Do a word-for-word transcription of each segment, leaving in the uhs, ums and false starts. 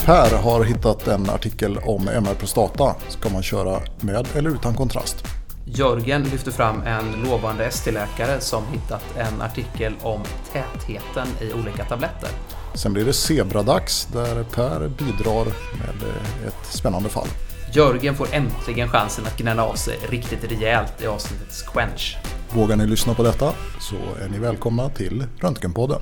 Per har hittat en artikel om M R-prostata. Ska man köra med eller utan kontrast? Jörgen lyfter fram en lovande S T-läkare som hittat en artikel om tätheten i olika tabletter. Sen blir det zebradags där Per bidrar med ett spännande fall. Jörgen får äntligen chansen att gnälla av sig riktigt rejält i avsnittet Squench. Vågar ni lyssna på detta så är ni välkomna till Röntgenpodden.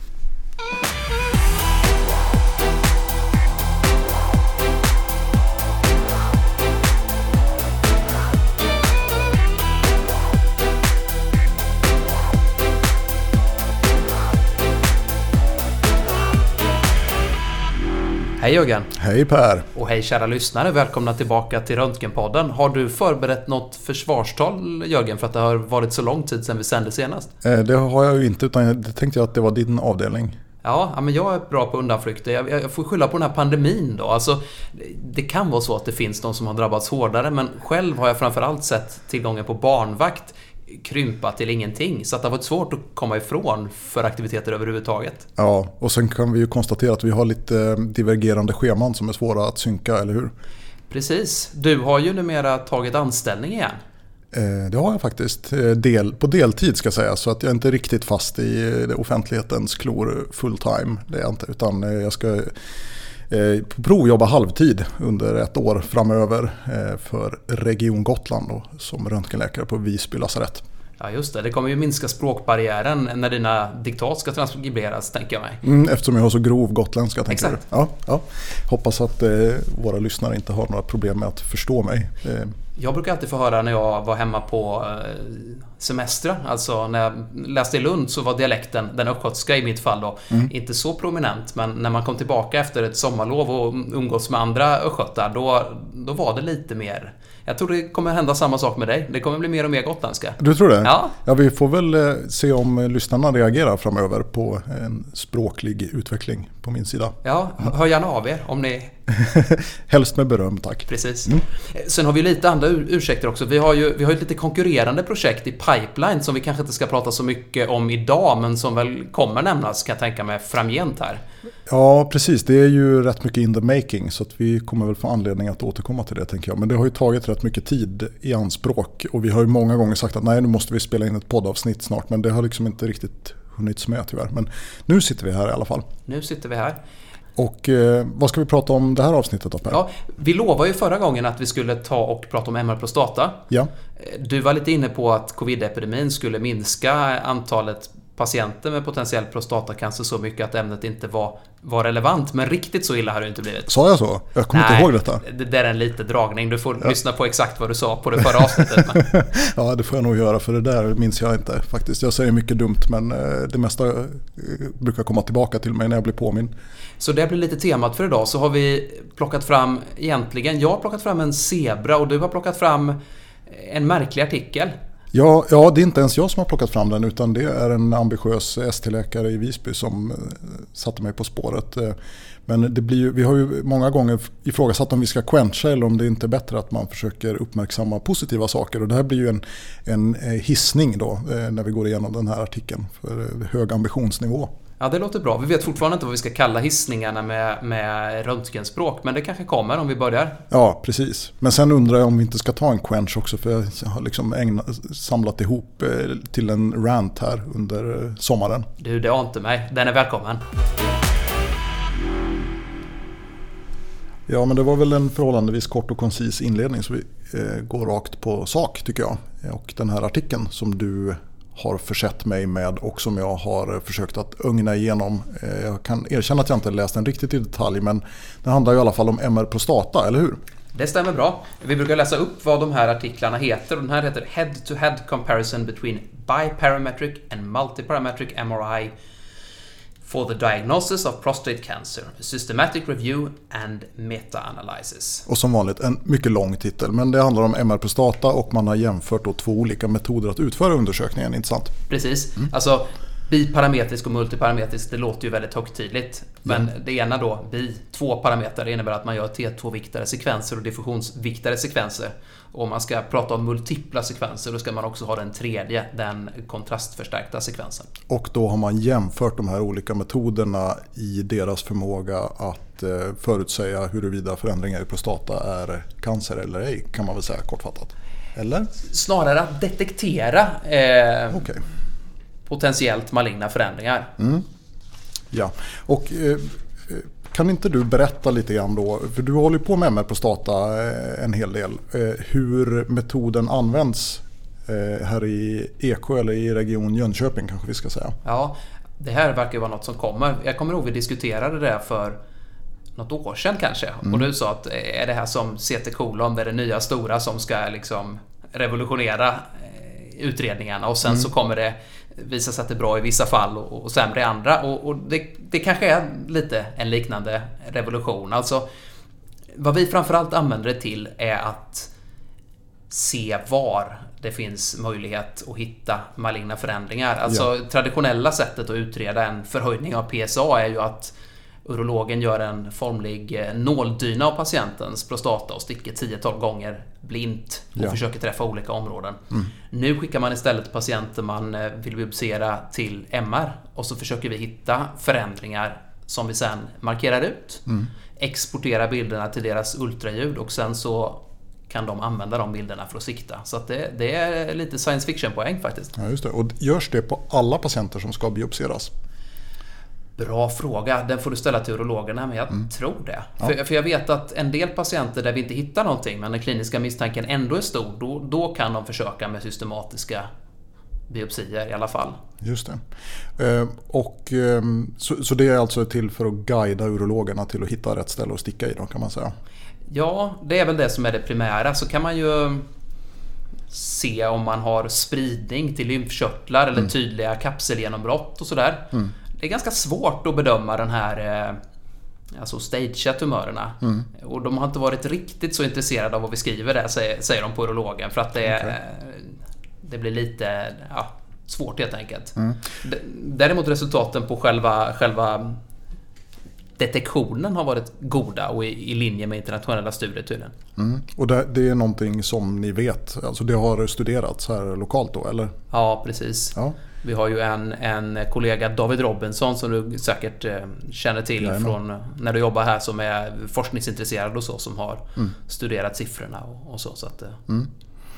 Hej Jörgen. Hej Per. Och hej kära lyssnare, välkomna tillbaka till Röntgenpodden. Har du förberett något försvarstal Jörgen för att det har varit så lång tid sedan vi sände senast? Det har jag ju inte, utan det tänkte jag att det var din avdelning. Ja, men jag är bra på undanflykter. Jag, jag får skylla på den här pandemin då. Alltså, det kan vara så att det finns de som har drabbats hårdare, men själv har jag framförallt sett tillgången på barnvakt krympa till ingenting. Så att det har varit svårt att komma ifrån för aktiviteter överhuvudtaget. Ja, och sen kan vi ju konstatera att vi har lite divergerande scheman som är svåra att synka, eller hur? Precis. Du har ju numera tagit anställning igen. Det har jag faktiskt. Del, på deltid ska jag säga, så att jag inte är riktigt fast i offentlighetens klor full time. Det är jag inte, utan jag ska på prov jobba halvtid under ett år framöver för Region Gotland då, som röntgenläkare på Visby lasarett. Ja just det, det kommer ju minska språkbarriären när dina diktat ska transkriberas, tänker jag mig. Mm, eftersom jag har så grov gotländska, tänker Exakt. du. Ja, ja. Hoppas att eh, våra lyssnare inte har några problem med att förstå mig. Eh. Jag brukar alltid få höra när jag var hemma på semester, alltså när jag läste i Lund så var dialekten, den östgötska i mitt fall då, mm. inte så prominent, men när man kom tillbaka efter ett sommarlov och umgås med andra östgötar, då, då var det lite mer. Jag tror det kommer hända samma sak med dig. Det kommer bli mer och mer gotländska. Du tror det? Ja. Ja, vi får väl se om lyssnarna reagerar framöver på en språklig utveckling på min sida. Ja, hör gärna av er om ni... Helst med beröm, tack. Precis. Mm. Sen har vi lite andra ur- ursäkter också. Vi har ju vi har ju lite konkurrerande projekt i pipeline som vi kanske inte ska prata så mycket om idag, men som väl kommer nämnas, kan jag tänka mig, framgent här. Ja, precis. Det är ju rätt mycket in the making, så att vi kommer väl få anledning att återkomma till det, tänker jag. Men det har ju tagit rätt mycket tid i anspråk, och vi har ju många gånger sagt att nej, nu måste vi spela in ett poddavsnitt snart, men det har liksom inte riktigt hunnits med tyvärr. Men nu sitter vi här i alla fall. Nu sitter vi här. Och eh, vad ska vi prata om det här avsnittet då, Per? Ja, vi lovade ju förra gången att vi skulle ta och prata om M R-prostata. Ja. Du var lite inne på att covid-epidemin skulle minska antalet patienter med potentiell prostatacancer så mycket att ämnet inte var, var relevant. Men riktigt så illa har det inte blivit. Sa jag så? Jag kommer inte ihåg detta. Det där är en liten dragning. Du får ja. lyssna på exakt vad du sa på det förra avsnittet. Men... ja, det får jag nog göra, för det där minns jag inte faktiskt. Jag säger mycket dumt, men det mesta brukar komma tillbaka till mig när jag blir påminn. Så det blir lite temat för idag. Så har vi plockat fram egentligen, jag har plockat fram en zebra och du har plockat fram en märklig artikel. Ja, ja, det är inte ens jag som har plockat fram den, utan det är en ambitiös S T-läkare i Visby som satte mig på spåret. Men det blir ju, vi har ju många gånger ifrågasatt om vi ska quencha eller om det inte är bättre att man försöker uppmärksamma positiva saker. Och det här blir ju en, en hissning då när vi går igenom den här artikeln för hög ambitionsnivå. Ja, det låter bra. Vi vet fortfarande inte vad vi ska kalla hissningarna med, med röntgenspråk, men det kanske kommer om vi börjar. Ja, precis. Men sen undrar jag om vi inte ska ta en quench också, för jag har liksom ägnat, samlat ihop till en rant här under sommaren. Du, det ante mig. Den är välkommen. Ja, men det var väl en förhållandevis kort och koncis inledning, så vi eh, går rakt på sak, tycker jag. Och den här artikeln som du har försett mig med och som jag har försökt att ögna igenom. Jag kan erkänna att jag inte läst den riktigt i detalj, men det handlar ju i alla fall om M R-prostata, eller hur? Det stämmer bra. Vi brukar läsa upp vad de här artiklarna heter. Den här heter Head-to-Head Comparison between Biparametric and Multiparametric M R I for the Diagnosis of Prostate Cancer, Systematic Review and Meta-Analysis. Och som vanligt en mycket lång titel, men det handlar om M R-prostata och man har jämfört då två olika metoder att utföra undersökningen, inte sant? Precis. Mm. Alltså, Biparametrisk och multiparametrisk, det låter ju väldigt högtidligt. Men mm. det ena då, bi, två parametrar, innebär att man gör T två-viktade sekvenser och diffusionsviktade sekvenser. Och om man ska prata om multipla sekvenser, då ska man också ha den tredje, den kontrastförstärkta sekvensen. Och då har man jämfört de här olika metoderna i deras förmåga att eh, förutsäga huruvida förändringar i prostata är cancer eller ej, kan man väl säga kortfattat. Eller? Snarare att detektera eh, okay. potentiellt maligna förändringar. Mm. Ja, och eh, kan inte du berätta lite grann då, för du håller på med M R-prostata en hel del, hur metoden används här i Eksjö eller i region Jönköping kanske vi ska säga. Ja, det här verkar ju vara något som kommer. Jag kommer ihåg vi diskuterade det för något år sedan kanske. Mm. Och du sa att är det här som C T-kolon, det är det nya stora som ska liksom revolutionera utredningarna och sen mm. så kommer det visa sig att det är bra i vissa fall och, och sämre i andra. Och, och det, det kanske är lite en liknande revolution. Alltså, vad vi framförallt använder det till är att se var det finns möjlighet att hitta maligna förändringar. Alltså ja. Traditionella sättet att utreda en förhöjning av P S A är ju att urologen gör en formlig nåldyna av patientens prostata och sticker tio tolv gånger blint och ja. försöker träffa olika områden. Mm. Nu skickar man istället patienter man vill biopsera till M R och så försöker vi hitta förändringar som vi sen markerar ut, mm. exportera bilderna till deras ultraljud och sen så kan de använda de bilderna för att sikta. Så att det, det är lite science fiction-poäng faktiskt. Ja, just det. Och görs det på alla patienter som ska biopseras? Bra fråga. Den får du ställa till urologerna, men jag mm. tror det. Ja. För, för jag vet att en del patienter där vi inte hittar någonting, men den kliniska misstanken ändå är stor, då, då kan de försöka med systematiska biopsier i alla fall. Just det. Eh, och, eh, så, så det är alltså till för att guida urologerna till att hitta rätt ställe att sticka i då, kan man säga? Ja, det är väl det som är det primära. Så kan man ju se om man har spridning till lymfkörtlar eller mm. tydliga kapselgenombrott och sådär. Mm. Det är ganska svårt att bedöma den här alltså stagea tumörerna. Mm. Och de har inte varit riktigt så intresserade av vad vi skriver där, säger, säger de på urologen. För att det, okay. det blir lite ja, svårt helt enkelt. Mm. Däremot resultaten på själva, själva detektionen har varit goda och i, i linje med internationella studier tydligen. Mm. Och det, det är någonting som ni vet, alltså det har studerats här lokalt då, eller? Ja, precis. Ja. Vi har ju en, en kollega, David Robinson, som du säkert eh, känner till Jajamän. Från när du jobbar här, som är forskningsintresserad och så, som har mm. studerat siffrorna och, och så. så att, eh. mm.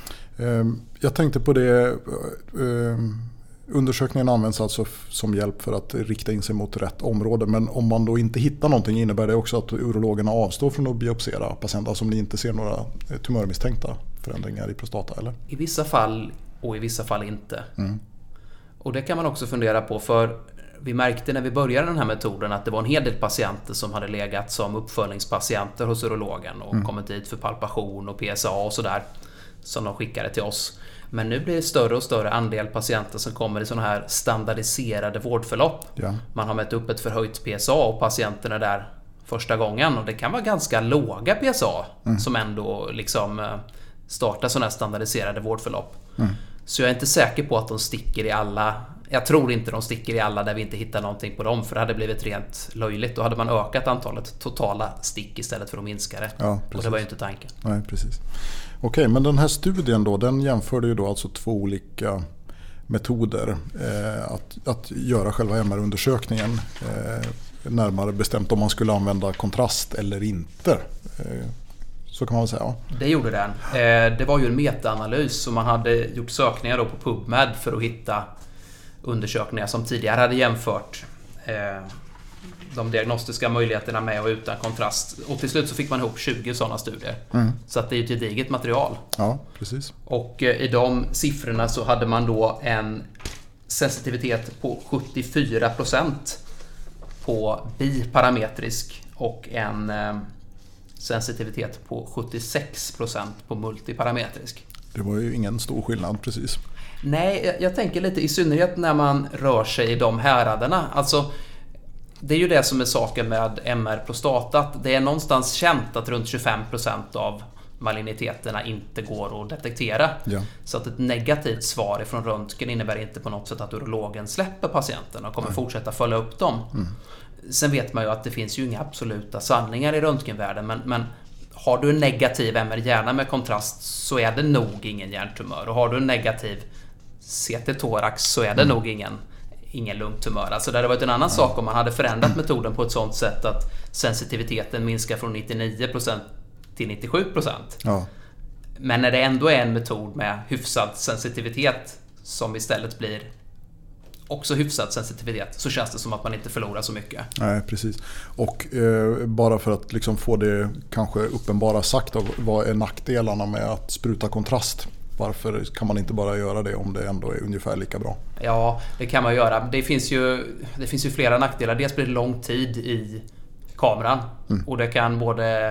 eh, jag tänkte på det, eh, undersökningen används alltså som hjälp för att rikta in sig mot rätt område, men om man då inte hittar någonting innebär det också att urologerna avstår från att biopsera patienter som ni inte ser några tumörmisstänkta förändringar i prostata, eller? I vissa fall och i vissa fall inte. Mm. Och det kan man också fundera på, för vi märkte när vi började den här metoden att det var en hel del patienter som hade legat som uppföljningspatienter hos urologen och mm. kommit dit för palpation och P S A och sådär som de skickade till oss. Men nu blir det större och större andel patienter som kommer i sådana här standardiserade vårdförlopp. Ja. Man har mätt upp ett förhöjt P S A och patienterna är där första gången, och det kan vara ganska låga P S A mm. som ändå liksom startar sådana här standardiserade vårdförlopp. Mm. Så jag är inte säker på att de sticker i alla. Jag tror inte de sticker i alla där vi inte hittar någonting på dem, för det hade blivit rent löjligt. Då hade man ökat antalet totala stick istället för att minska det. Ja, och det var ju inte tanken. Nej, precis. Okej, men den här studien då, den jämförde ju då alltså två olika metoder eh, att, att göra själva M R-undersökningen. Eh, närmare bestämt om man skulle använda kontrast eller inte. Eh, Så kan man väl säga. Det gjorde den. Det var ju en metaanalys, och man hade gjort sökningar då på PubMed för att hitta undersökningar som tidigare hade jämfört de diagnostiska möjligheterna med och utan kontrast. Och till slut så fick man ihop tjugo sådana studier. Mm. Så att det är ju ett gediget material. Ja, precis. Och i de siffrorna så hade man då en sensitivitet på sjuttiofyra procent på biparametrisk och en sensitivitet på sjuttiosex procent på multiparametrisk. Det var ju ingen stor skillnad precis. Nej, jag, jag tänker lite i synnerhet när man rör sig i de häraderna. Alltså, det är ju det som är saken med M R-prostatat. Det är någonstans känt att runt tjugofem procent av maligniteterna inte går att detektera. Ja. Så att ett negativt svar ifrån röntgen innebär inte på något sätt att urologen släpper patienten och kommer Nej. fortsätta följa upp dem. Mm. Sen vet man ju att det finns ju inga absoluta sanningar i röntgenvärlden, men, men har du en negativ M R-hjärna med kontrast så är det nog ingen hjärntumör. Och har du en negativ C T-thorax så är det mm. nog ingen, ingen lungtumör. Alltså det hade varit en annan mm. sak om man hade förändrat metoden på ett sådant sätt att sensitiviteten minskar från nittionio procent till nittiosju procent. Ja. Men när det ändå är en metod med hyfsad sensitivitet som istället blir också hyfsad sensitivitet, så känns det som att man inte förlorar så mycket. Nej, precis. Och eh, bara för att liksom få det kanske uppenbara sagt av vad är nackdelarna med att spruta kontrast? Varför kan man inte bara göra det om det ändå är ungefär lika bra? Ja, det kan man göra. Det finns ju, det finns ju flera nackdelar. Dels blir det lång tid i kameran. Mm. Och det kan både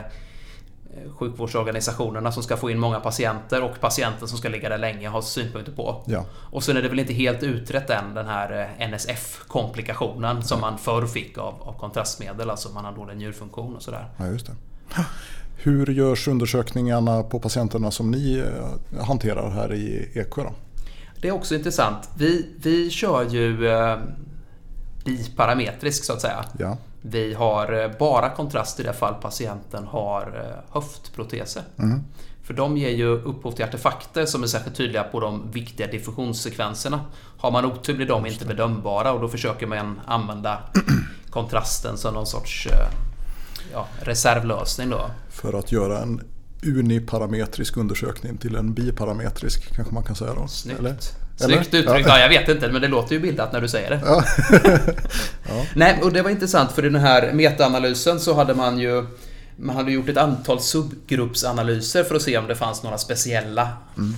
sjukvårdsorganisationerna som ska få in många patienter och patienten som ska ligga där länge ha synpunkter på. Ja. Och sen är det väl inte helt utrett än den här N S F-komplikationen som man förr fick av, av kontrastmedel, alltså man har dålig njurfunktion och sådär. Ja, just det. Hur görs undersökningarna på patienterna som ni hanterar här i Eksjö då? Det är också intressant. Vi, vi kör ju eh, biparametrisk så att säga. Ja. Vi har bara kontrast i det fall patienten har höftproteser. Mm. För de ger ju upphov till artefakter som är särskilt tydliga på de viktiga diffusionssekvenserna. Har man otur blir de inte bedömbara och då försöker man använda kontrasten som någon sorts ja, reservlösning då. För att göra en uniparametrisk undersökning till en biparametrisk kanske man kan säga då. Snyggt. Eller? Snyggt uttryckt. Ja, jag vet inte, men det låter ju bildat när du säger det. Ja. Ja. Nej, och det var intressant för i den här metaanalysen så hade man ju man hade gjort ett antal subgruppsanalyser för att se om det fanns några speciella mm.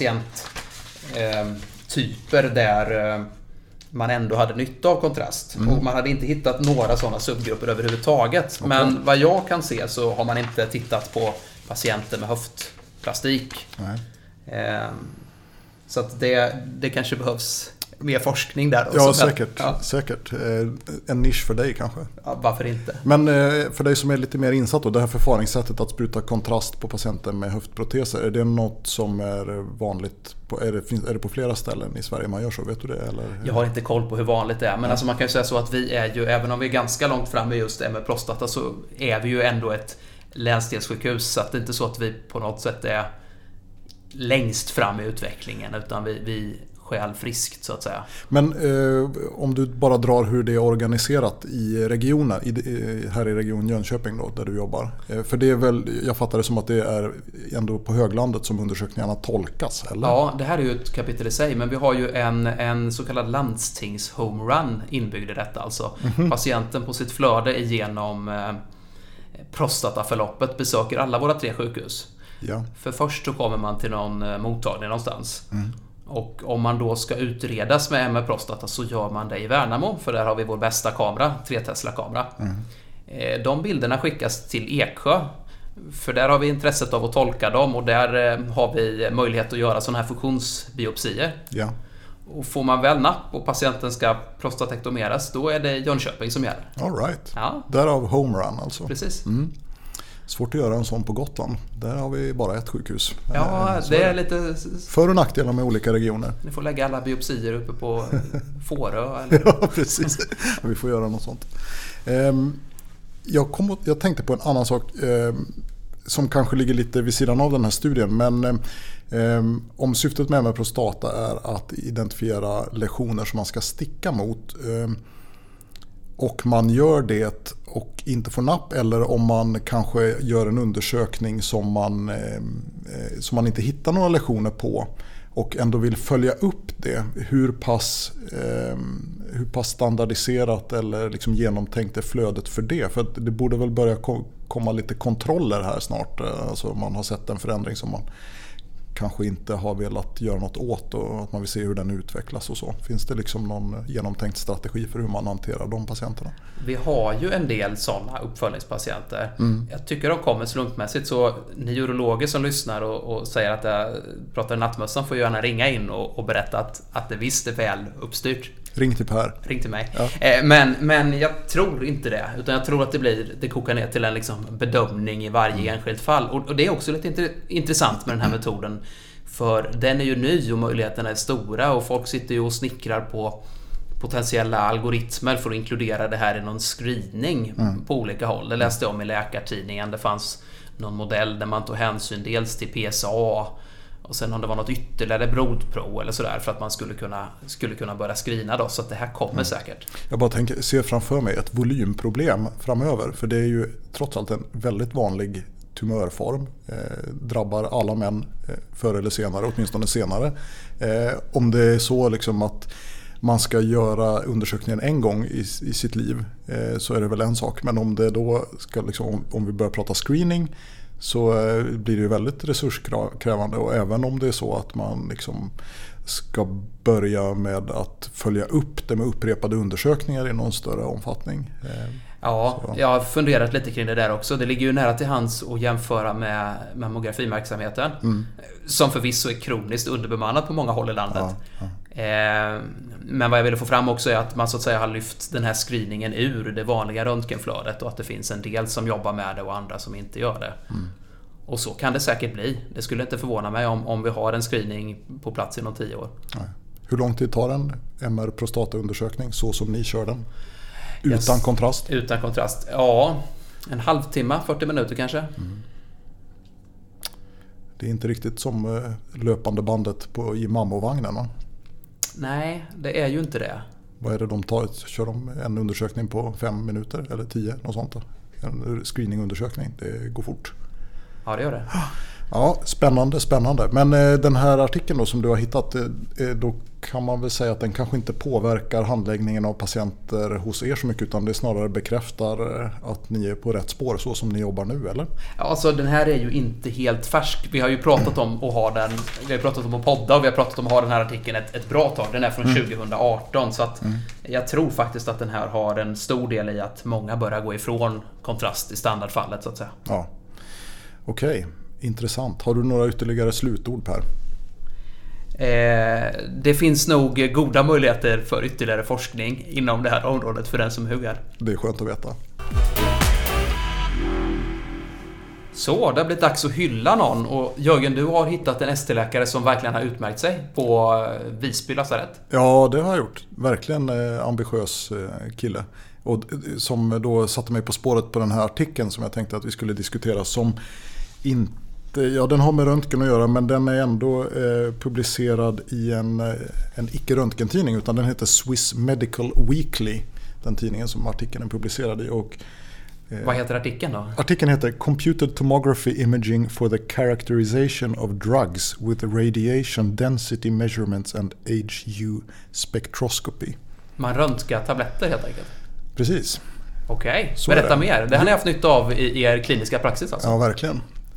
patienttyper eh, där eh, man ändå hade nytta av kontrast. Mm. Och man hade inte hittat några sådana subgrupper överhuvudtaget. Okay. Men vad jag kan se så har man inte tittat på patienter med höftplastik. Nej. Eh, Så att det, det kanske behövs mer forskning där. Då, ja, säkert. Ja. säkert. En nisch för dig kanske. Ja, varför inte? Men för dig som är lite mer insatt då, det här förfaringssättet att spruta kontrast på patienter med höftproteser, är det något som är vanligt? På, är, det, är det på flera ställen i Sverige man gör så? Vet du det? Eller? Jag har inte koll på hur vanligt det är. Men ja. alltså man kan ju säga så att vi är ju, även om vi är ganska långt fram med just det med prostata, så är vi ju ändå ett länsdelssjukhus. Så att det är inte så att vi på något sätt är längst fram i utvecklingen, utan vi, vi skäl friskt så att säga. Men eh, om du bara drar hur det är organiserat i regionen, i, här i region Jönköping då, där du jobbar. Eh, för det är väl, jag fattar det som att det är ändå på höglandet som undersökningarna tolkas, eller? Ja, det här är ju ett kapitel i sig, men vi har ju en, en så kallad landstings home run inbyggd i detta. Alltså mm-hmm. patienten på sitt flöde igenom eh, prostataförloppet besöker alla våra tre sjukhus. Ja. För först så kommer man till någon mottagning någonstans. Mm. Och om man då ska utredas med M R-prostata så gör man det i Värnamo, för där har vi vår bästa kamera, tre Tesla-kamera. Mm. De bilderna skickas till Eksjö, för där har vi intresset av att tolka dem och där har vi möjlighet att göra sådana här funktionsbiopsier. Ja. Och får man väl napp och patienten ska prostatektomeras, då är det Jönköping som gäller. All right. Ja. Därav home run alltså. Precis. Mm. Svårt att göra en sån på Gotland. Där har vi bara ett sjukhus. Ja, det är lite... För- och nackdelar med olika regioner. Ni får lägga alla biopsier uppe på Fårö. Eller? Ja, precis. Vi får göra något sånt. Jag, kom, jag tänkte på en annan sak som kanske ligger lite vid sidan av den här studien. Men om syftet med M R-prostata är att identifiera lesioner som man ska sticka mot, och man gör det och inte får napp, eller om man kanske gör en undersökning som man, eh, som man inte hittar några lesioner på och ändå vill följa upp det, hur pass, eh, hur pass standardiserat eller liksom genomtänkt är flödet för det? För att det borde väl börja komma lite kontroller här snart, alltså man har sett en förändring som man kanske inte har velat göra något åt och att man vill se hur den utvecklas och så. Finns det liksom någon genomtänkt strategi för hur man hanterar de patienterna? Vi har ju en del sådana uppföljningspatienter. Mm. Jag tycker de kommer slumpmässigt, så ni urologer som lyssnar och, och säger att jag pratar nattmössan får gärna ringa in och, och berätta att, att det visst är väl uppstyrt. Ring till Per. Ring till mig. Ja. Men, men jag tror inte det. Utan jag tror att det blir, det kokar ner till en liksom bedömning i varje mm. enskilt fall. Och, och det är också lite intressant med den här metoden. För den är ju ny och möjligheterna är stora. Och folk sitter ju och snickrar på potentiella algoritmer för att inkludera det här i någon screening mm. på olika håll. Det läste jag om i Läkartidningen. Det fanns någon modell där man tog hänsyn dels till P S A och sen om det var något ytterligare blodprov eller sådär för att man skulle kunna, skulle kunna börja screena då, så att det här kommer mm. säkert. Jag bara tänker, ser framför mig ett volymproblem framöver, för det är ju trots allt en väldigt vanlig tumörform, eh, drabbar alla män eh, förr eller senare, åtminstone senare. Eh, om det är så liksom att man ska göra undersökningen en gång i, i sitt liv eh, så är det väl en sak, men om det då ska liksom, om, om vi börjar prata screening så eh, blir det ju väldigt resurskrävande, och även om det är så att man liksom ska börja med att följa upp det med upprepade undersökningar i någon större omfattning. Eh, Ja, så. Jag har funderat lite kring det där också. Det ligger ju nära till hands att jämföra med mammografiverksamheten mm. som förvisso är kroniskt underbemannat på många håll i landet. Ja, ja. Eh, men vad jag ville få fram också är att man så att säga har lyft den här screeningen ur det vanliga röntgenflödet och att det finns en del som jobbar med det och andra som inte gör det. Mm. Och så kan det säkert bli. Det skulle inte förvåna mig om, om vi har en screening på plats inom tio år. Nej. Hur lång tid tar en M R-prostataundersökning så som ni kör den? Utan yes. kontrast? Utan kontrast. Ja, en halvtimme, fyrtio minuter kanske. Mm. Det är inte riktigt som löpande bandet på, i mammovagnen, va? Nej, det är ju inte det. Vad är det de tar? Kör de en undersökning på fem minuter eller tio? Något sånt då? En screeningundersökning. Det går fort. Ja, det gör det. Ja, spännande, spännande. Men eh, den här artikeln då som du har hittat, eh, då kan man väl säga att den kanske inte påverkar handläggningen av patienter hos er så mycket, utan det snarare bekräftar att ni är på rätt spår så som ni jobbar nu, eller? Ja, alltså den här är ju inte helt färsk. Vi har ju pratat om att ha den, vi har pratat om att podda och vi har pratat om att ha den här artikeln ett, ett bra tag. Den är från mm. tjugo arton, så att mm. jag tror faktiskt att den här har en stor del i att många börjar gå ifrån kontrast i standardfallet så att säga. Ja, okej. Okay. Intressant. Har du några ytterligare slutord, Per? Eh, det finns nog goda möjligheter för ytterligare forskning inom det här området för den som huggar. Det är skönt att veta. Så, det har blivit dags att hylla någon. Och Jörgen, du har hittat en S T-läkare som verkligen har utmärkt sig på Visby lasarett. Ja, det har jag gjort. Verkligen eh, ambitiös eh, kille. Och som då satte mig på spåret på den här artikeln som jag tänkte att vi skulle diskutera, som inte, ja, den har med röntgen att göra, men den är ändå eh, publicerad i en, en icke-röntgentidning, utan den heter Swiss Medical Weekly, den tidningen som artikeln är publicerad i. Och, eh, vad heter artikeln då? Artikeln heter Computed Tomography Imaging for the Characterization of Drugs with Radiation Density Measurements and H U Spectroscopy. Man röntgar tabletter helt enkelt? Precis. Okej, okay. Berätta mer. Det har ni haft nytta av i er kliniska praxis alltså? Ja, verkligen.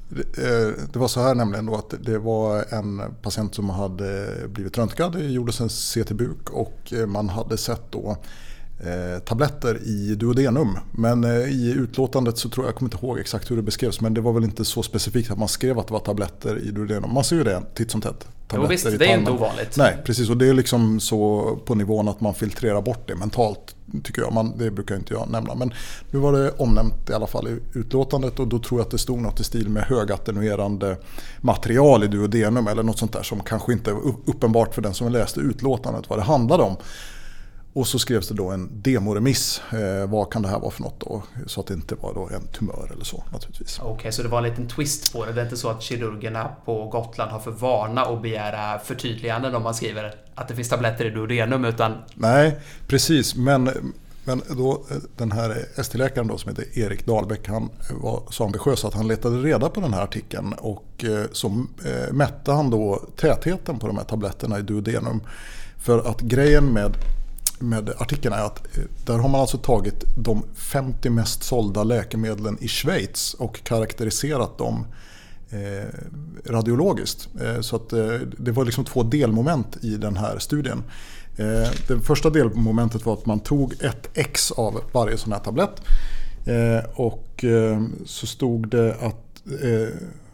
Det var så här nämligen då, att det var en patient som hade blivit röntgad, det gjordes en C T-buk och man hade sett då eh, tabletter i duodenum. Men eh, i utlåtandet så tror jag, jag kommer inte ihåg exakt hur det beskrevs, men det var väl inte så specifikt att man skrev att det var tabletter i duodenum. Man ser ju det titt som tätt. Jo, visst, det är inte ovanligt. Nej, precis, och det är liksom så på nivån att man filtrerar bort det mentalt, tycker jag. Man, det brukar inte jag nämna, men nu var det omnämnt i alla fall i utlåtandet, och då tror jag att det stod något i stil med högattenuerande material i duodenum eller något sånt där som kanske inte är uppenbart för den som läste utlåtandet vad det handlade om. Och så skrevs det då en demoremiss. Eh, vad kan det här vara för något då? Så att det inte var då en tumör eller så, naturligtvis. Okej, okay, så det var en liten twist på det. Det är inte så att kirurgerna på Gotland har för vana att begära förtydliganden om man skriver att det finns tabletter i duodenum, utan... Nej, precis. Men, men då, den här S T-läkaren då, som heter Erik Dahlbäck, han var så ambitiös att han letade reda på den här artikeln, och eh, så eh, mätte han då tätheten på de här tabletterna i duodenum. För att grejen med med artikeln är att där har man alltså tagit de femtio mest sålda läkemedlen i Schweiz och karaktäriserat dem eh, radiologiskt. Eh, så att eh, det var liksom två delmoment i den här studien. Eh, det första delmomentet var att man tog ett ex av varje sån här tablett, eh, och eh, så stod det att eh,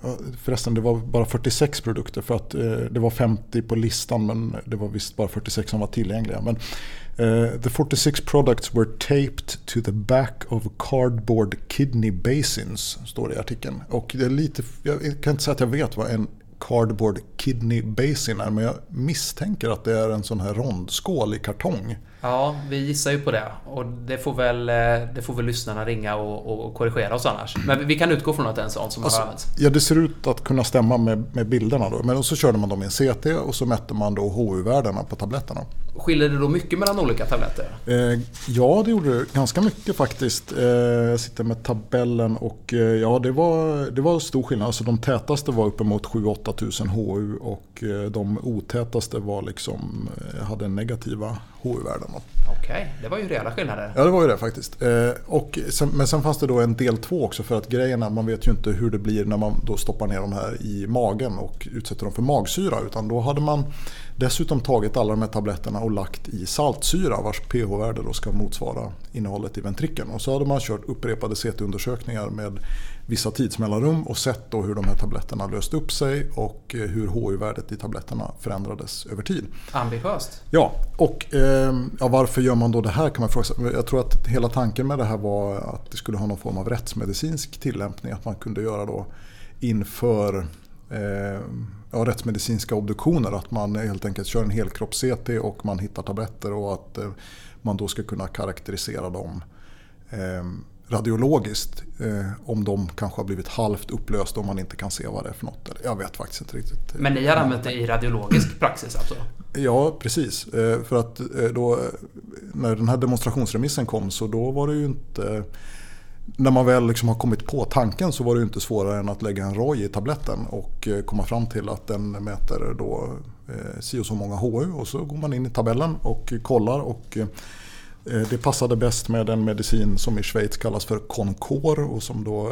Förresten, det var bara fyrtiosex produkter för att eh, det var femtio på listan, men det var visst bara fyrtiosex som var tillgängliga. Men uh, the forty-six products were taped to the back of cardboard kidney basins, står det i artikeln. Och det är lite, jag kan inte säga att jag vet vad en cardboard kidney basin är, men jag misstänker att det är en sån här rondskål i kartong. Ja, vi gissar ju på det. Och det får väl, det får väl lyssnarna ringa och, och korrigera oss annars. Men vi kan utgå från att det är en sån som alltså, har använts. Ja, det ser ut att kunna stämma med, med bilderna då. Men så körde man dem i en C T och så mätte man då H U-värdena på tabletterna. Skiljer det då mycket mellan olika tabletter? Eh, ja, det gjorde det ganska mycket faktiskt. Eh, jag sitter med tabellen och eh, ja, det var, det var stor skillnad. Alltså de tätaste var uppemot sju till åtta tusen H U och eh, de otätaste var liksom, eh, hade negativa H U-värden. Okej, det var ju rejäla skillnader. Ja, det var ju det faktiskt. Eh, och sen, men sen fanns det då en del två också, för att grejerna, man vet ju inte hur det blir när man då stoppar ner dem här i magen och utsätter dem för magsyra, utan då hade man dessutom tagit alla de här tabletterna och lagt i saltsyra vars pH-värde då ska motsvara innehållet i ventrikeln. Och så hade man kört upprepade C T-undersökningar med vissa tidsmellanrum och sett då hur de här tabletterna löste upp sig och hur H U-värdet i tabletterna förändrades över tid. Ambitiöst. Ja, och eh, ja, varför gör man då det här kan man fråga sig. Jag tror att hela tanken med det här var att det skulle ha någon form av rättsmedicinsk tillämpning, att man kunde göra då inför eh, ja, rättsmedicinska obduktioner, att man helt enkelt kör en helkropps-C T och man hittar tabletter och att eh, man då ska kunna karaktärisera dem eh, radiologiskt eh, om de kanske har blivit halvt upplösta om man inte kan se vad det är för något. Jag vet faktiskt inte riktigt. Men ni har använt det i radiologisk praxis alltså? Ja, precis. Eh, för att eh, då, när den här demonstrationsremissen kom så då var det ju inte... När man väl liksom har kommit på tanken så var det ju inte svårare än att lägga en R O I i tabletten och komma fram till att den mäter då eh, si och så många H U, och så går man in i tabellen och kollar, och eh, det passade bäst med en medicin som i Schweiz kallas för Concor och som då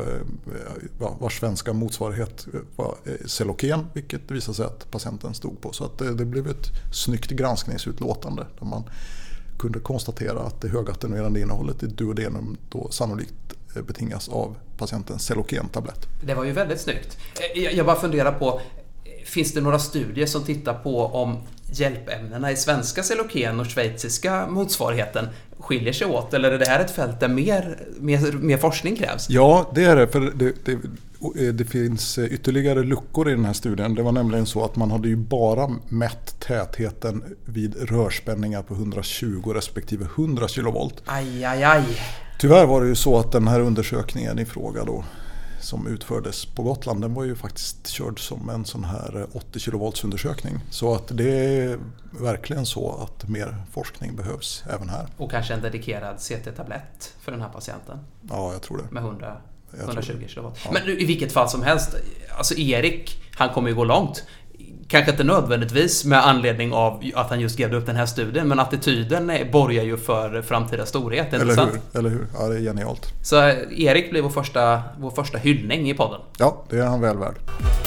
eh, vars svenska motsvarighet var eh, Celoken, vilket visade sig att patienten stod på. Så att det, det blev ett snyggt granskningsutlåtande där man kunde konstatera att det högattenuerande innehållet i duodenum då sannolikt betingas av patientens Celoken-tablett. Det var ju väldigt snyggt. Jag bara funderar på, finns det några studier som tittar på om hjälpämnena i svenska Celoken och schweiziska motsvarigheten skiljer sig åt? Eller är det här ett fält där mer, mer, mer forskning krävs? Ja, det är det. För det, det, det finns ytterligare luckor i den här studien. Det var nämligen så att man hade ju bara mätt tätheten vid rörspänningar på hundratjugo respektive hundra kilovolt. Aj, aj, aj. Tyvärr var det ju så att den här undersökningen i fråga då, som utfördes på Gotland, den var ju faktiskt körd som en sån här åttio kilovolts undersökning. Så att det är verkligen så att mer forskning behövs även här. Och kanske en dedikerad C T-tablett för den här patienten. Ja, jag tror det. Med hundra, hundratjugo kilovolt. Ja. Men i vilket fall som helst, alltså Erik, han kommer ju gå långt. Kanske inte nödvändigtvis med anledning av att han just grävde upp den här studien, men attityden borgar ju för framtida storhet. Eller hur? Eller hur? Ja, det är genialt. Så Erik blir vår första, vår första hyllning i podden. Ja, det är han väl värd.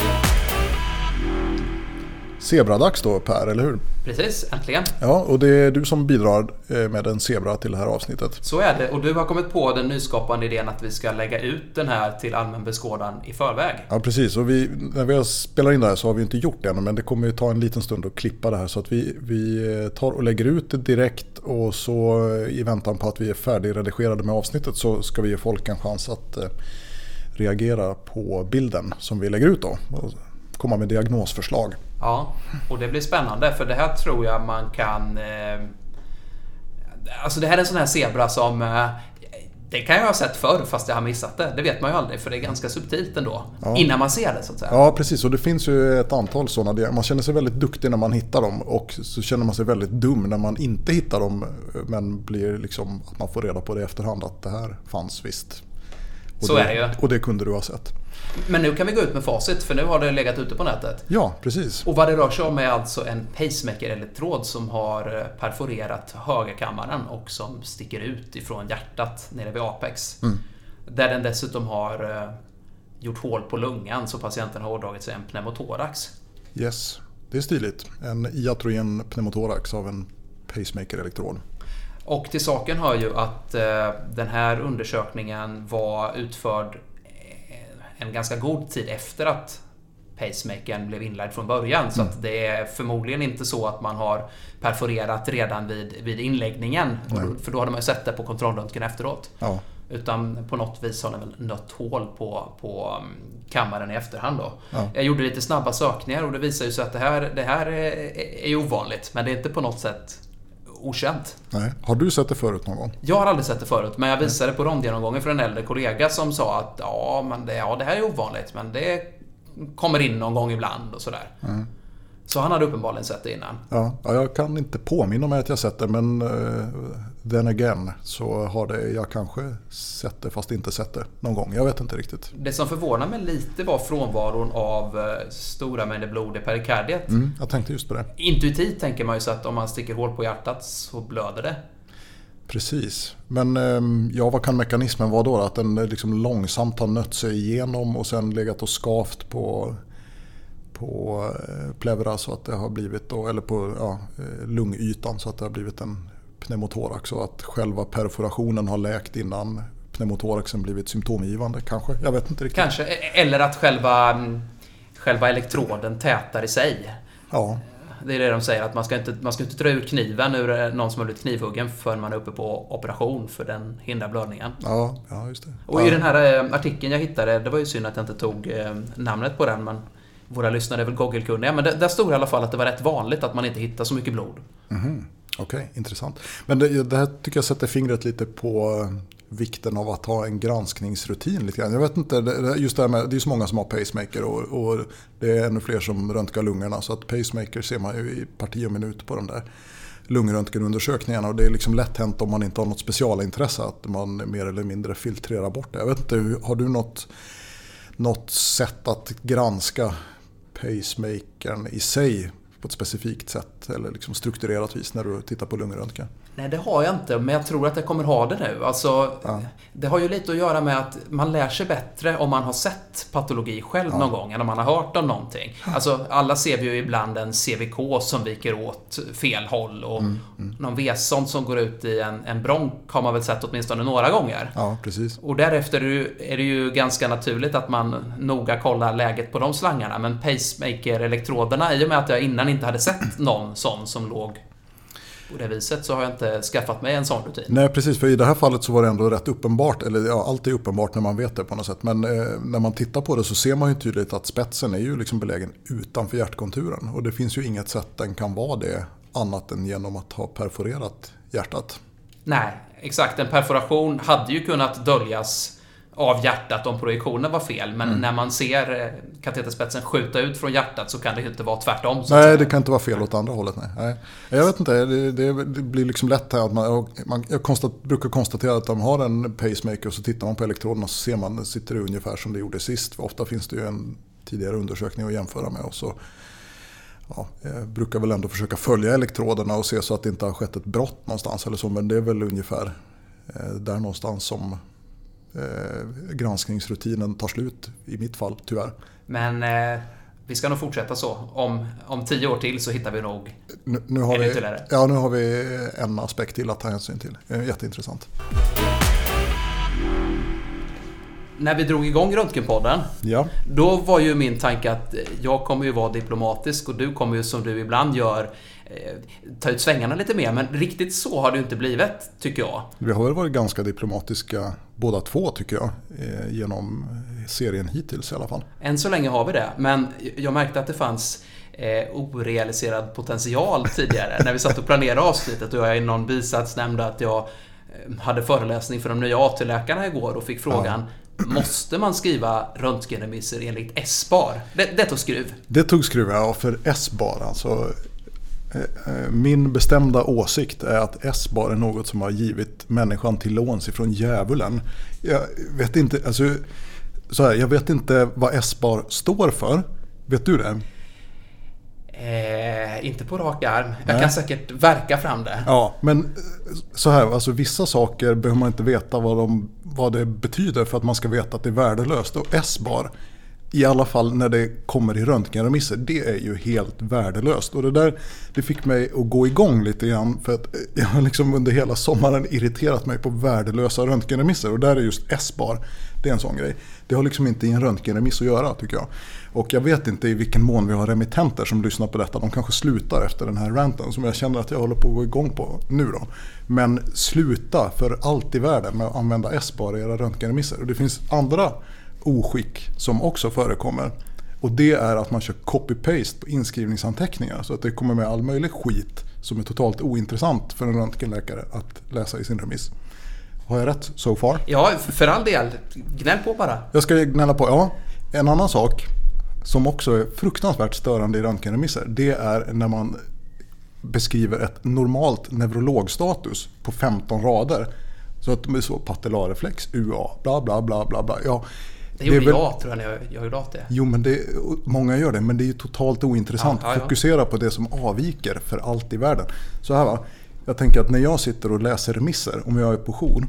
Zebradags då, Per, eller hur? Precis, äntligen. Ja, och det är du som bidrar med en zebra till det här avsnittet. Så är det, och du har kommit på den nyskapande idén att vi ska lägga ut den här till allmän beskådan i förväg. Ja, precis. Och vi, när vi spelar in det här så har vi inte gjort det än, men det kommer ju ta en liten stund att klippa det här. Så att vi, vi tar och lägger ut det direkt, och så i väntan på att vi är färdigredigerade med avsnittet så ska vi ge folk en chans att eh, reagera på bilden som vi lägger ut då. Och komma med diagnosförslag. Ja, och det blir spännande, för det här tror jag man kan... Eh, alltså det här är en sån här zebra som... Eh, det kan jag ha sett förr fast jag har missat det. Det vet man ju aldrig, för det är ganska subtilt ändå. Ja. Innan man ser det, så att säga. Ja, precis. Och det finns ju ett antal sådana. Man känner sig väldigt duktig när man hittar dem, och så känner man sig väldigt dum när man inte hittar dem, men blir liksom att man får reda på det i efterhand att det här fanns visst. Och så det, är det ju. Och det kunde du ha sett. Men nu kan vi gå ut med facit, för nu har det legat ute på nätet. Ja, precis. Och vad det rör sig om är alltså en pacemaker-elektrod som har perforerat högerkammaren och som sticker ut ifrån hjärtat nere vid apex. Mm. Där den dessutom har gjort hål på lungan så patienten har ådragit sig en pneumotorax. Yes, det är stiligt. En iatrogen pneumotorax av en pacemaker-elektrod. Och till saken hör ju att den här undersökningen var utförd en ganska god tid efter att pacemakern blev inlagd från början. Så att det är förmodligen inte så att man har perforerat redan vid, vid inläggningen. Då, för då hade man ju sett det på kontrollröntgen efteråt. Ja. Utan på något vis har den väl nött hål på, på kammaren i efterhand då. Ja. Jag gjorde lite snabba sökningar och det visar ju sig att det här, det här är, är ovanligt. Men det är inte på något sätt okänt. Nej. Har du sett det förut någon gång? Jag har aldrig sett det förut, men jag visade på rondgenomgången för en äldre kollega som sa att ja, men det, ja, det här är ovanligt, men det kommer in någon gång ibland och sådär. Mm. Så han hade uppenbarligen sett det innan. Ja, jag kan inte påminna mig att jag sett det, men uh, then again så har det, jag kanske sett det fast inte sett det någon gång. Jag vet inte riktigt. Det som förvånar mig lite var frånvaron av uh, stora mängder blod i perikardiet. Mm, jag tänkte just på det. Intuitivt tänker man ju så att om man sticker hål på hjärtat så blöder det. Precis, men ja, vad kan mekanismen vara då? Att den liksom långsamt har nött sig igenom och sen legat och skavt på, på pleura så att det har blivit då, eller på ja, lungytan så att det har blivit en pneumotorax och att själva perforationen har läkt innan pneumotoraxen blivit symptomgivande kanske, jag vet inte riktigt. Kanske, eller att själva, själva elektroden tätar i sig. Ja. Det är det de säger, att man ska inte, man ska inte dra ut kniven ur någon som har blivit knivhuggen förrän man är uppe på operation, för den hindrar blödningen. Ja, ja just det. Och ja. i den här artikeln jag hittade, det var ju synd att jag inte tog namnet på den, men våra lyssnare är väl Google-kunniga, men där stod i alla fall att det var rätt vanligt att man inte hittar så mycket blod. Mm-hmm. Okej, okay, intressant. Men det, det här tycker jag sätter fingret lite på vikten av att ha en granskningsrutin lite grann. Jag vet inte, just det här med, det är så många som har pacemaker och, och det är ännu fler som röntgar lungorna, så att pacemaker ser man ju i parti och minut på de där lungröntgenundersökningarna, och det är liksom lätt hänt om man inte har något specialintresse att man mer eller mindre filtrerar bort det. Jag vet inte, har du något, något sätt att granska pacemakern i sig på ett specifikt sätt eller liksom strukturerat vis när du tittar på lungröntgen? Nej, det har jag inte, men jag tror att jag kommer ha det nu. Alltså, ja. Det har ju lite att göra med att man lär sig bättre om man har sett patologi själv ja. någon gång än om man har hört om någonting. Alltså, alla ser vi ju ibland en C V K som viker åt fel håll och mm, mm. någon vässon som går ut i en, en bronk har man väl sett åtminstone några gånger. Ja, precis. Och därefter är det ju ganska naturligt att man noga kollar läget på de slangarna, men pacemaker-elektroderna, i och med att jag innan inte hade sett någon sån som låg på det viset, så har jag inte skaffat mig en sån rutin. Nej, precis, för i det här fallet så var det ändå rätt uppenbart, eller ja, allt är uppenbart när man vet det på något sätt, men eh, när man tittar på det så ser man ju tydligt att spetsen är ju liksom belägen utanför hjärtkonturen, och det finns ju inget sätt den kan vara det annat än genom att ha perforerat hjärtat. Nej, exakt. En perforation hade ju kunnat döljas av hjärtat om projektionen var fel, men mm. när man ser kateterspetsen skjuta ut från hjärtat så kan det inte vara tvärtom. Så nej, det kan inte vara fel åt andra hållet. Nej. nej. Jag vet inte, det, det, det blir liksom lätt här att man, man jag konstat, brukar konstatera att de har en pacemaker och så tittar man på elektroderna och så ser man, det sitter det ungefär som det gjorde sist. För ofta finns det ju en tidigare undersökning att jämföra med, och så ja, jag brukar väl ändå försöka följa elektroderna och se så att det inte har skett ett brott någonstans eller så, men det är väl ungefär eh, där någonstans som Eh, granskningsrutinen tar slut i mitt fall, tyvärr. Men eh, vi ska nog fortsätta så. Om, om tio år till så hittar vi nog nu, nu har vi, ja, nu har vi en aspekt till att ta hänsyn till. Eh, jätteintressant. När vi drog igång Röntgenpodden, ja. då var ju min tanke att jag kommer ju vara diplomatisk och du kommer ju, som du ibland gör, ta ut svängarna lite mer, men riktigt så har det inte blivit, tycker jag. Vi har väl varit ganska diplomatiska båda två, tycker jag, genom serien hittills i alla fall. Än så länge har vi det, men jag märkte att det fanns eh, orealiserad potential tidigare när vi satt och planerade avsnittet, och jag i någon bisats nämnde att jag hade föreläsning för de nya A T-läkarna igår och fick frågan, ja. måste man skriva röntgenremisser enligt S B A R? Det, det tog skruv. Det tog skruv, ja, för S B A R, alltså min bestämda åsikt är att S B A R är något som har givit människan till låns ifrån djävulen. Jag vet inte, alltså, så här, jag vet inte vad S B A R står för. Vet du det? Eh, inte på rak arm. Jag Nej. kan säkert verka fram det. Ja, men så här, alltså vissa saker behöver man inte veta vad, de, vad det betyder för att man ska veta att det är värdelöst. Och S B A R, I alla fall när det kommer i röntgenremisser, det är ju helt värdelöst. Och det där, det fick mig att gå igång lite grann, för att jag har liksom under hela sommaren irriterat mig på värdelösa röntgenremisser. Och där är just S-bar, det är en sån grej. Det har liksom inte i en röntgenremiss att göra, tycker jag. Och jag vet inte i vilken mån vi har remittenter som lyssnar på detta. De kanske slutar efter den här ranten som jag känner att jag håller på att gå igång på nu då. Men sluta för allt i världen med att använda S-bar i era röntgenremisser. Och det finns andra oskick som också förekommer. Och det är att man kör copy-paste på inskrivningsanteckningar. Så att det kommer med all möjlig skit som är totalt ointressant för en röntgenläkare att läsa i sin remiss. Har jag rätt so far? Ja, för all del. Gnäll på bara. Jag ska gnälla på, ja. En annan sak som också är fruktansvärt störande i röntgenremisser, det är när man beskriver ett normalt neurologstatus på femton rader. Så att det är så patellareflex, U A, bla bla bla bla bla. Ja, det gjorde det väl, jag tror jag när jag, jag gjorde av det. Jo, men det, många gör det, men det är ju totalt ointressant. Ja, ja, ja. Fokusera på det som avviker för allt i världen. Så här va, jag tänker att när jag sitter och läser remisser, om jag är på jour,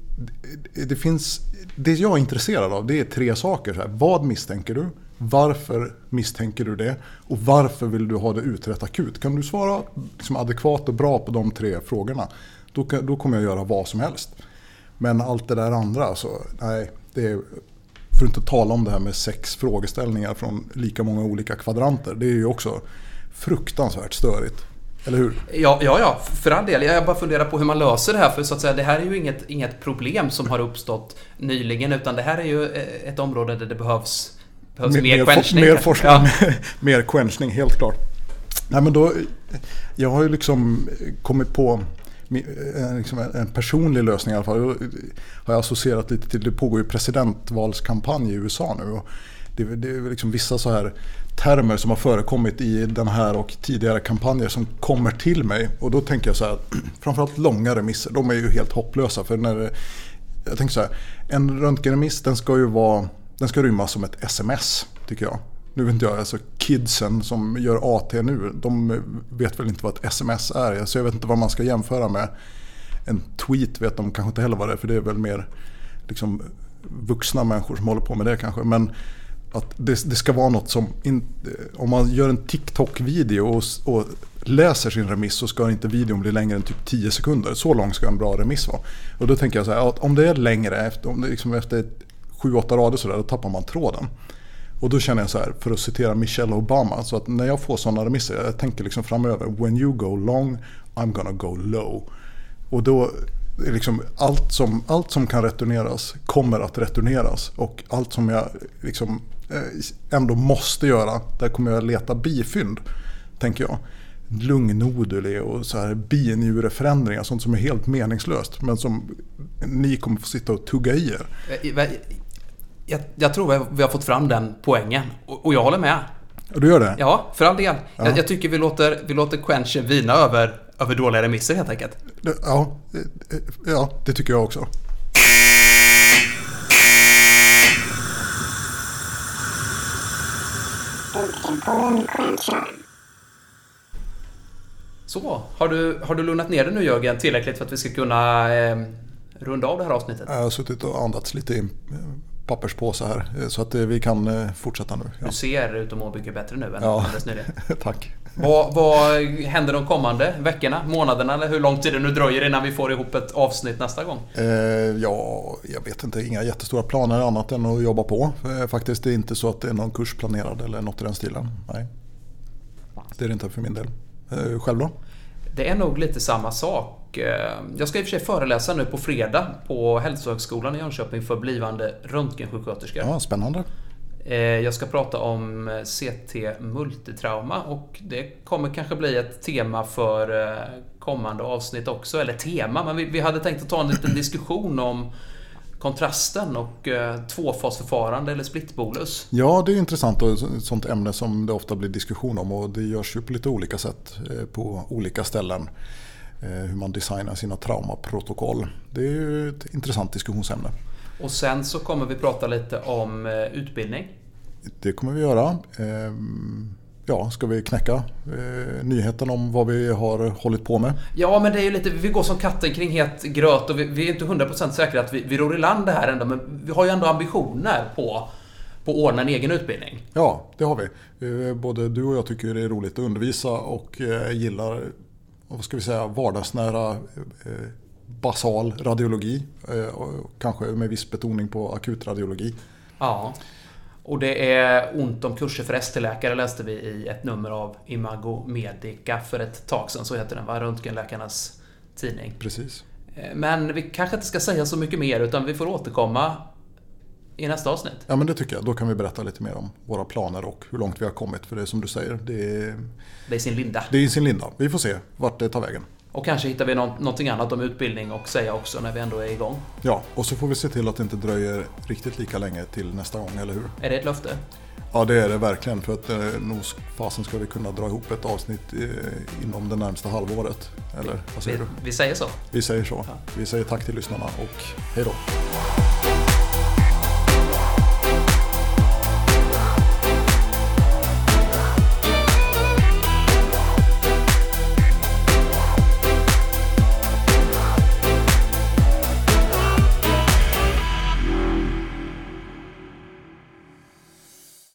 det, det finns, det jag är intresserad av, det är tre saker. Så här. Vad misstänker du? Varför misstänker du det? Och varför vill du ha det utrett akut? Kan du svara liksom adekvat och bra på de tre frågorna, då, då kommer jag göra vad som helst. Men allt det där andra, så nej, det är, för att inte tala om det här med sex frågeställningar från lika många olika kvadranter, det är ju också fruktansvärt störigt. Eller hur? Ja, ja, ja, för all del. Jag bara funderar på hur man löser det här, för så att säga, det här är ju inget, inget problem som har uppstått nyligen, utan det här är ju ett område där det behövs Mer, mer quenchning. Mer forskning, ja. mer quenchning, helt klart. Nej, men då, jag har ju liksom kommit på liksom en personlig lösning i alla fall. Har jag associerat lite till, det pågår ju presidentvalskampanj i U S A nu. Och det, det är liksom vissa så här termer som har förekommit i den här och tidigare kampanjer som kommer till mig. Och då tänker jag så här, framförallt långa remisser, de är ju helt hopplösa. För när, jag tänker så här, en röntgenremiss, den ska ju vara Den ska rymmas som ett sms, tycker jag. Nu vet inte jag, alltså kidsen som gör A T nu, de vet väl inte vad ett sms är. Så jag vet inte vad man ska jämföra med. En tweet vet de kanske inte heller vad det är, för det är väl mer liksom vuxna människor som håller på med det kanske. Men att det, det ska vara något som, in, om man gör en TikTok-video och, och läser sin remiss, så ska inte videon bli längre än typ tio sekunder. Så lång ska en bra remiss vara. Och då tänker jag så här, att om det är längre, efter, om det liksom efter sju åtta rader så där, då tappar man tråden. Och då känner jag så här, för att citera Michelle Obama, så att när jag får sådana remisser, jag tänker liksom framöver, when you go long, I'm gonna go low. Och då är liksom allt som, allt som kan returneras kommer att returneras, och allt som jag liksom ändå måste göra, där kommer jag leta bifynd, tänker jag. Lungnodul och så här binjureförändringar, sånt som är helt meningslöst, men som ni kommer få sitta och tugga i er. Jag, jag tror vi har fått fram den poängen, och, och jag håller med. Och du gör det? Ja, för all del. Ja. Jag, jag tycker vi låter, vi låter quenchen vina över, över dåliga remisser helt enkelt. Ja, ja, det tycker jag också. Så, har du, har du lugnat ner dig nu, Jörgen, tillräckligt för att vi ska kunna eh, runda av det här avsnittet? Jag har suttit och andats lite i papperspåse här, så att vi kan fortsätta nu. Ja. Du ser ut att må mycket bättre nu än ja. alldeles nyligen. Tack. Vad, vad händer de kommande veckorna, månaderna, eller hur lång tid det nu dröjer innan vi får ihop ett avsnitt nästa gång? Eh, ja, jag vet inte. Inga jättestora planer annat än att jobba på. Faktiskt det är inte så att det är någon kurs planerad eller något i den stilen. Nej. Det är det inte för min del. Eh, själv då? Det är nog lite samma sak. Jag ska i och för sig föreläsa nu på fredag på Hälsohögskolan i Jönköping för blivande röntgensjuksköterskor. Ja, spännande. Jag ska prata om C T multitrauma, och det kommer kanske bli ett tema för kommande avsnitt också. Eller tema, men vi, vi hade tänkt att ta en liten diskussion om kontrasten och tvåfasförfarande eller splittbolus. Ja, det är intressant och ett sånt ämne som det ofta blir diskussion om, och det görs ju på lite olika sätt på olika ställen. Hur man designar sina traumaprotokoll. Det är ju ett intressant diskussionsämne. Och sen så kommer vi prata lite om utbildning. Det kommer vi göra. Ja, ska vi knäcka nyheten om vad vi har hållit på med? Ja, men det är ju lite, vi går som katten kring het gröt, och vi, vi är inte hundra procent säkra att vi, vi ror i land det här ändå, men vi har ju ändå ambitioner på, på att ordna en egen utbildning. Ja, det har vi. Både du och jag tycker det är roligt att undervisa och gillar, vad ska vi säga, vardagsnära basal radiologi. Kanske med viss betoning på akutradiologi. Ja, och det är ont om kurser för S T-läkare läste vi i ett nummer av Imago Medica för ett tag sedan, så heter den, va? Röntgenläkarnas tidning. Precis. Men vi kanske inte ska säga så mycket mer, utan vi får återkomma i nästa avsnitt. Ja, men det tycker jag. Då kan vi berätta lite mer om våra planer och hur långt vi har kommit. För det är som du säger, det är... Det är sin linda. Det är i sin linda. Vi får se vart det tar vägen. Och kanske hittar vi något, någonting annat om utbildning och säga också när vi ändå är igång. Ja, och så får vi se till att det inte dröjer riktigt lika länge till nästa gång, eller hur? Är det ett löfte? Ja, det är det verkligen. För att eh, nog fasen ska vi kunna dra ihop ett avsnitt eh, inom det närmsta halvåret. Eller vad säger vi, du? Vi säger så. Vi säger så. Ja. Vi säger tack till lyssnarna och hej då.